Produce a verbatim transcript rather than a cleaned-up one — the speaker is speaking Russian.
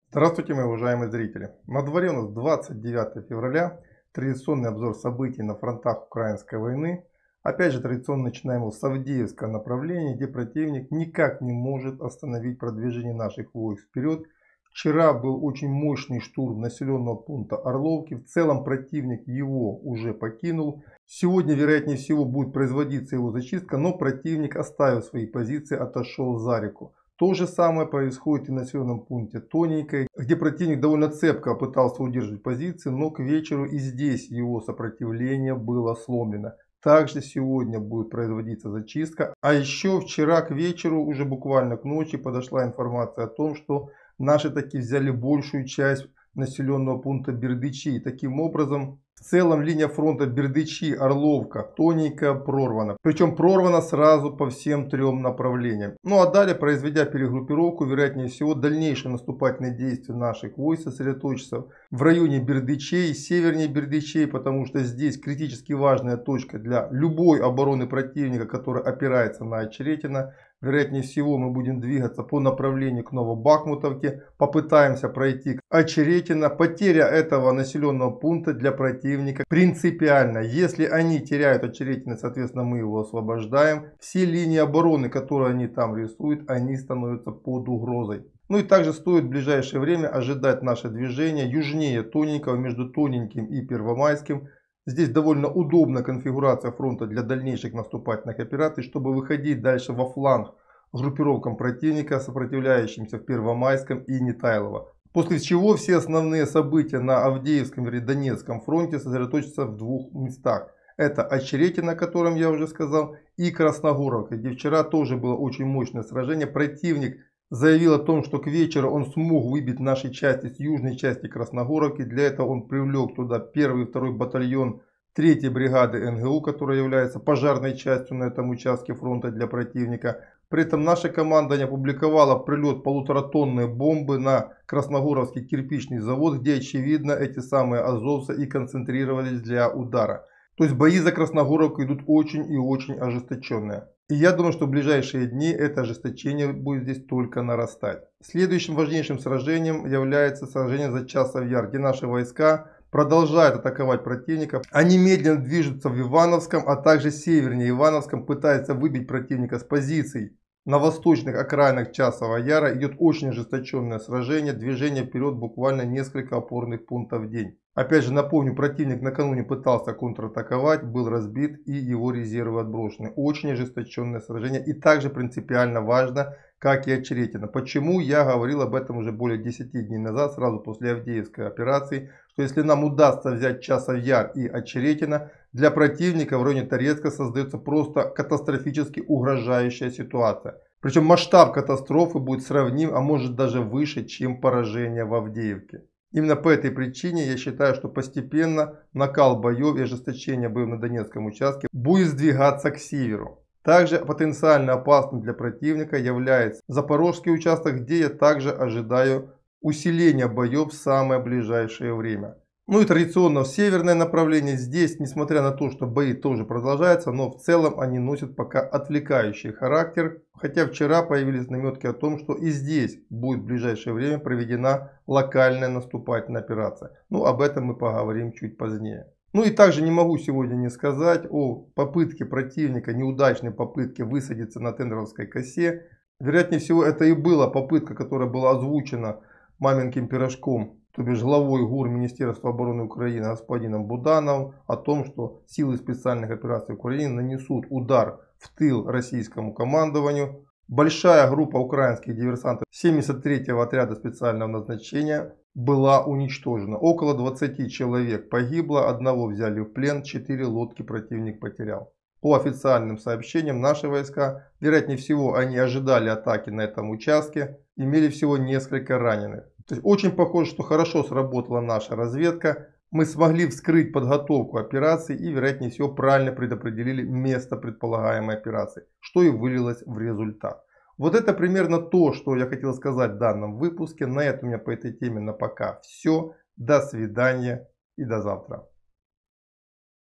Здравствуйте, мои уважаемые зрители! На дворе у нас двадцать девятое февраля, традиционный обзор событий на фронтах украинской войны. Опять же, традиционно начинаем его с Авдеевского направления, где противник никак не может остановить продвижение наших войск вперед. Вчера был очень мощный штурм населенного пункта Орловки. В целом противник его уже покинул. Сегодня, вероятнее всего, будет производиться его зачистка, но противник, оставив свои позиции, отошел за реку. То же самое происходит и в населенном пункте Тоненькое, где противник довольно цепко пытался удерживать позиции, но к вечеру и здесь его сопротивление было сломлено. Также сегодня будет производиться зачистка. А еще вчера к вечеру, уже буквально к ночи, подошла информация о том, что наши таки взяли большую часть населенного пункта Бердычи. Таким образом, в целом линия фронта Бердычи-Орловка тоненько прорвана. Причем прорвана сразу по всем трем направлениям. Ну а далее, произведя перегруппировку, вероятнее всего дальнейшие наступательные действия наших войск сосредоточатся в районе Бердычей, севернее Бердычей, потому что здесь критически важная точка для любой обороны противника, который опирается на Очеретино. Вероятнее всего мы будем двигаться по направлению к Новобахмутовке, попытаемся пройти к Очеретино. Потеря этого населенного пункта для противника принципиальна. Если они теряют Очеретино, соответственно мы его освобождаем. Все линии обороны, которые они там рисуют, они становятся под угрозой. Ну и также стоит в ближайшее время ожидать наше движение южнее Тоненького, между Тоненьким и Первомайским. Здесь довольно удобная конфигурация фронта для дальнейших наступательных операций, чтобы выходить дальше во фланг группировкам противника, сопротивляющимся в Первомайском и Нетайлово. После чего все основные события на Авдеевском и Донецком фронте сосредоточатся в двух местах. Это Очеретино, о котором я уже сказал, и Красногоровка, где вчера тоже было очень мощное сражение. Противник заявил о том, что к вечеру он смог выбить наши части с южной части Красногоровки. Для этого он привлек туда первый и второй батальон третьей бригады эн гэ у, которая является пожарной частью на этом участке фронта для противника. При этом наша команда не опубликовала прилет полуторатонной бомбы на Красногоровский кирпичный завод, где, очевидно, эти самые азовцы и концентрировались для удара. То есть бои за Красногоровку идут очень и очень ожесточенные. И я думаю, что в ближайшие дни это ожесточение будет здесь только нарастать. Следующим важнейшим сражением является сражение за Часов Яр, где наши войска продолжают атаковать противника. Они медленно движутся в Ивановском, а также севернее Ивановском, пытаются выбить противника с позиций. На восточных окраинах Часова Яра идет очень ожесточенное сражение, движение вперед буквально несколько опорных пунктов в день. Опять же напомню, противник накануне пытался контратаковать, был разбит и его резервы отброшены. Очень ожесточенное сражение и также принципиально важно, как и Очеретино. Почему я говорил об этом уже более десяти дней назад, сразу после Авдеевской операции, что если нам удастся взять Часов Яр и Очеретино, для противника в районе Торецка создается просто катастрофически угрожающая ситуация. Причем масштаб катастрофы будет сравним, а может даже выше, чем поражение в Авдеевке. Именно по этой причине я считаю, что постепенно накал боев и ожесточение боев на Донецком участке будет сдвигаться к северу. Также потенциально опасным для противника является Запорожский участок, где я также ожидаю усиления боев в самое ближайшее время. Ну и традиционно в северное направление. Здесь, несмотря на то, что бои тоже продолжаются, но в целом они носят пока отвлекающий характер. Хотя вчера появились наметки о том, что и здесь будет в ближайшее время проведена локальная наступательная операция. Ну об этом мы поговорим чуть позднее. Ну и также не могу сегодня не сказать о попытке противника, неудачной попытке высадиться на Тендеровской косе. Вероятнее всего это и была попытка, которая была озвучена маменьким пирожком, то бишь главой ГУР Министерства обороны Украины господином Будановым, о том, что силы специальных операций Украины нанесут удар в тыл российскому командованию. Большая группа украинских диверсантов семьдесят третьего отряда специального назначения была уничтожена. Около двадцати человек погибло, одного взяли в плен, четыре лодки противник потерял. По официальным сообщениям, наши войска, вероятнее всего, они ожидали атаки на этом участке, имели всего несколько раненых. То есть очень похоже, что хорошо сработала наша разведка. Мы смогли вскрыть подготовку операции и, вероятнее всего, правильно предопределили место предполагаемой операции, что и вылилось в результат. Вот это примерно то, что я хотел сказать в данном выпуске. На этом у меня по этой теме на пока все. До свидания и до завтра.